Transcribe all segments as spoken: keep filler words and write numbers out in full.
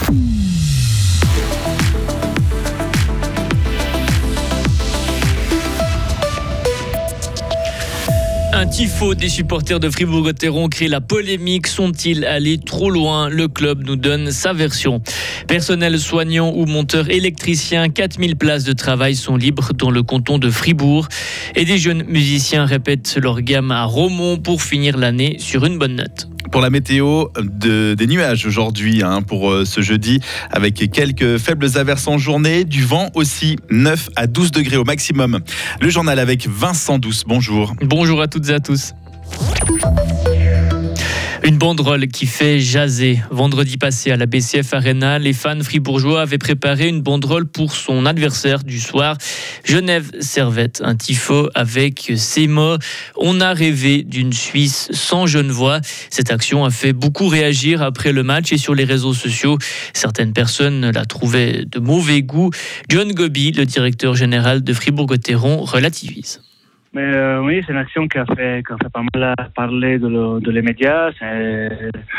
Un tifo des supporters de Fribourg-Gotteron crée la polémique. Sont-ils allés trop loin? Le club nous donne sa version. Personnel soignant ou monteur électricien, quatre mille places de travail sont libres dans le canton de Fribourg. Et des jeunes musiciens répètent leur gamme à Romont pour finir l'année sur une bonne note. Pour la météo, de, des nuages aujourd'hui hein, pour euh, ce jeudi, avec quelques faibles averses en journée, du vent aussi, neuf à douze degrés au maximum. Le journal avec Vincent Douce, bonjour. Bonjour à toutes et à tous. Une banderole qui fait jaser. Vendredi passé à la B C F Arena, les fans fribourgeois avaient préparé une banderole pour son adversaire du soir, Genève Servette. Un tifo avec ces mots « On a rêvé d'une Suisse sans Genevois ». Cette action a fait beaucoup réagir après le match et sur les réseaux sociaux. Certaines personnes la trouvaient de mauvais goût. John Gobi, le directeur général de Fribourg-Gotteron, relativise. Mais euh, oui, c'est une action qui a fait, qui a fait pas mal parler de, le, de les médias. C'est,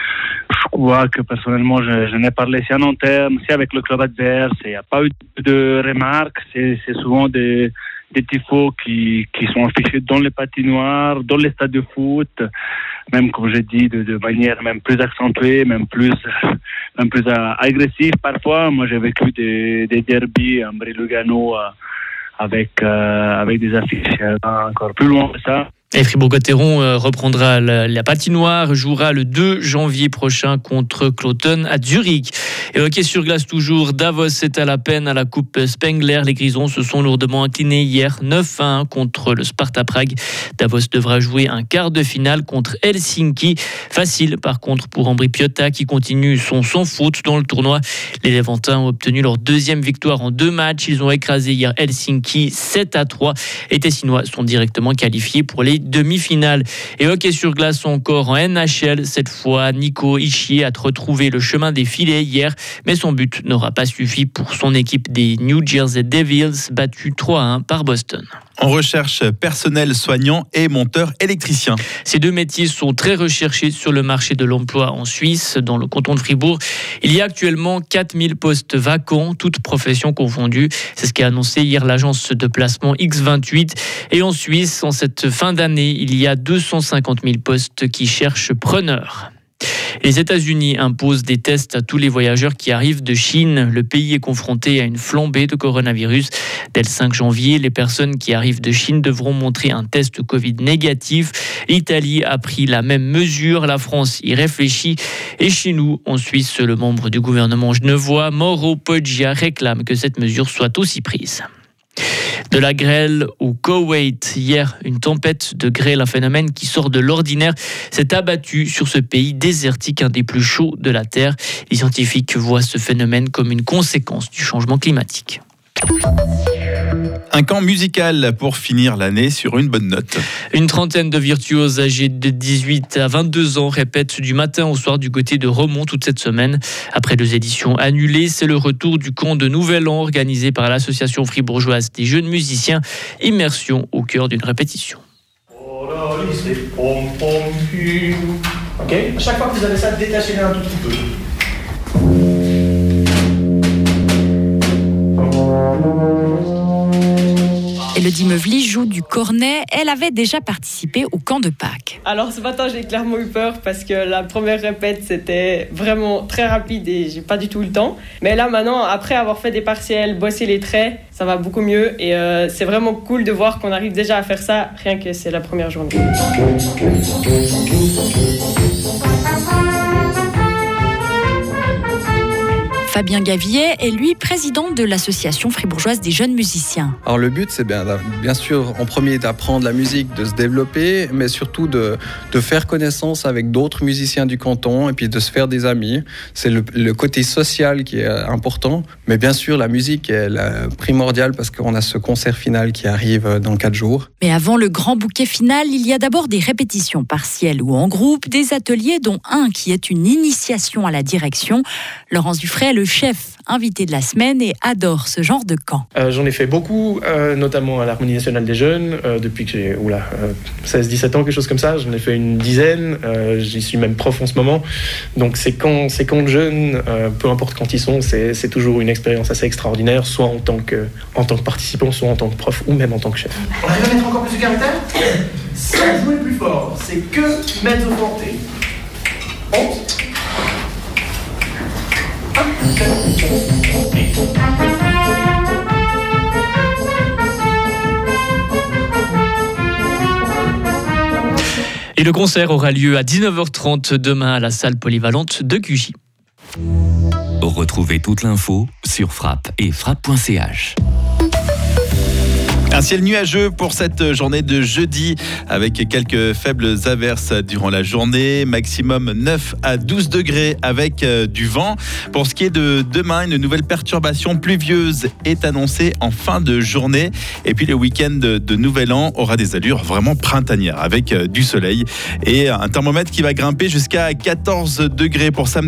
je crois que personnellement, je, je n'ai parlé si à long terme, si avec le club adverse. Il n'y a pas eu de remarques. C'est, c'est souvent des, des tifos qui, qui sont affichés dans les patinoires, dans les stades de foot, même comme j'ai dit, de, de manière même plus accentuée, même plus, même plus agressive parfois. Moi, j'ai vécu des, des derbies en Brie-Lugano avec, euh, avec des affiches encore plus loin que ça. Et Fribourg-Gotteron reprendra la, la patinoire, jouera le deux janvier prochain contre Cloton à Zurich. Et hockey sur glace toujours, Davos est à la peine à la Coupe Spengler. Les Grisons se sont lourdement inclinés hier neuf à un contre le Sparta Prague. Davos devra jouer un quart de finale contre Helsinki. Facile par contre pour Ambri Piotta qui continue son sans faute dans le tournoi. Les Levantins ont obtenu leur deuxième victoire en deux matchs. Ils ont écrasé hier Helsinki sept à trois. Et Tessinois sont directement qualifiés pour les demi-finale. Et hockey sur glace encore en N H L. Cette fois, Nico Hischier a retrouvé le chemin des filets hier, mais son but n'aura pas suffi pour son équipe des New Jersey Devils, battue trois à un par Boston. On recherche personnel soignant et monteur électricien. Ces deux métiers sont très recherchés sur le marché de l'emploi en Suisse, dans le canton de Fribourg. Il y a actuellement quatre mille postes vacants, toutes professions confondues. C'est ce qu'a annoncé hier l'agence de placement X vingt-huit. Et en Suisse, en cette fin d'année, il y a deux cent cinquante mille postes qui cherchent preneurs. Les États-Unis imposent des tests à tous les voyageurs qui arrivent de Chine. Le pays est confronté à une flambée de coronavirus. Dès le cinq janvier, les personnes qui arrivent de Chine devront montrer un test Covid négatif. L'Italie a pris la même mesure. La France y réfléchit. Et chez nous, en Suisse, le membre du gouvernement genevois, Mauro Poggia, réclame que cette mesure soit aussi prise. De la grêle au Koweït. Hier, une tempête de grêle, un phénomène qui sort de l'ordinaire, s'est abattu sur ce pays désertique, un des plus chauds de la Terre. Les scientifiques voient ce phénomène comme une conséquence du changement climatique. Un camp musical pour finir l'année sur une bonne note. Une trentaine de virtuoses âgés de dix-huit à vingt-deux ans répètent du matin au soir du côté de Romont toute cette semaine. Après deux éditions annulées, c'est le retour du camp de Nouvel An organisé par l'association fribourgeoise des jeunes musiciens. Immersion au cœur d'une répétition. Ok, à chaque fois que vous avez ça, détachez-les un tout petit peu. Elodie Meuvely joue du cornet. Elle avait déjà participé au camp de Pâques. Alors ce matin, j'ai clairement eu peur parce que la première répète, c'était vraiment très rapide et j'ai pas du tout eu le temps. Mais là maintenant, après avoir fait des partiels, bossé les traits, ça va beaucoup mieux et euh, c'est vraiment cool de voir qu'on arrive déjà à faire ça, rien que c'est la première journée. Fabien Gavillet est lui président de l'association fribourgeoise des jeunes musiciens. Alors le but, c'est bien, bien sûr en premier d'apprendre la musique, de se développer, mais surtout de, de faire connaissance avec d'autres musiciens du canton et puis de se faire des amis. C'est le, le côté social qui est important, mais bien sûr la musique est la primordiale parce qu'on a ce concert final qui arrive dans quatre jours. Mais avant le grand bouquet final, il y a d'abord des répétitions partielles ou en groupe, des ateliers dont un qui est une initiation à la direction. Laurence Dufray est le chef, invité de la semaine, et adore ce genre de camp. Euh, j'en ai fait beaucoup, euh, notamment à l'Harmonie nationale des jeunes, euh, depuis que j'ai oula, euh, seize dix-sept ans, quelque chose comme ça. J'en ai fait une dizaine, euh, j'y suis même prof en ce moment. Donc ces camps, ces camps de jeunes, euh, peu importe quand ils sont, c'est, c'est toujours une expérience assez extraordinaire, soit en tant que, en tant que participant, soit en tant que prof, ou même en tant que chef. On arrive à mettre encore plus de caractère sans jouer plus fort, c'est que mezzo forte. Honte. Et le concert aura lieu à dix-neuf heures trente demain à la salle polyvalente de Cugy. Retrouvez toute l'info sur Frappe et frappe point c h. Un ciel nuageux pour cette journée de jeudi avec quelques faibles averses durant la journée, maximum neuf à douze degrés avec du vent. Pour ce qui est de demain, une nouvelle perturbation pluvieuse est annoncée en fin de journée. Et puis le week-end de Nouvel An aura des allures vraiment printanières avec du soleil et un thermomètre qui va grimper jusqu'à quatorze degrés pour samedi.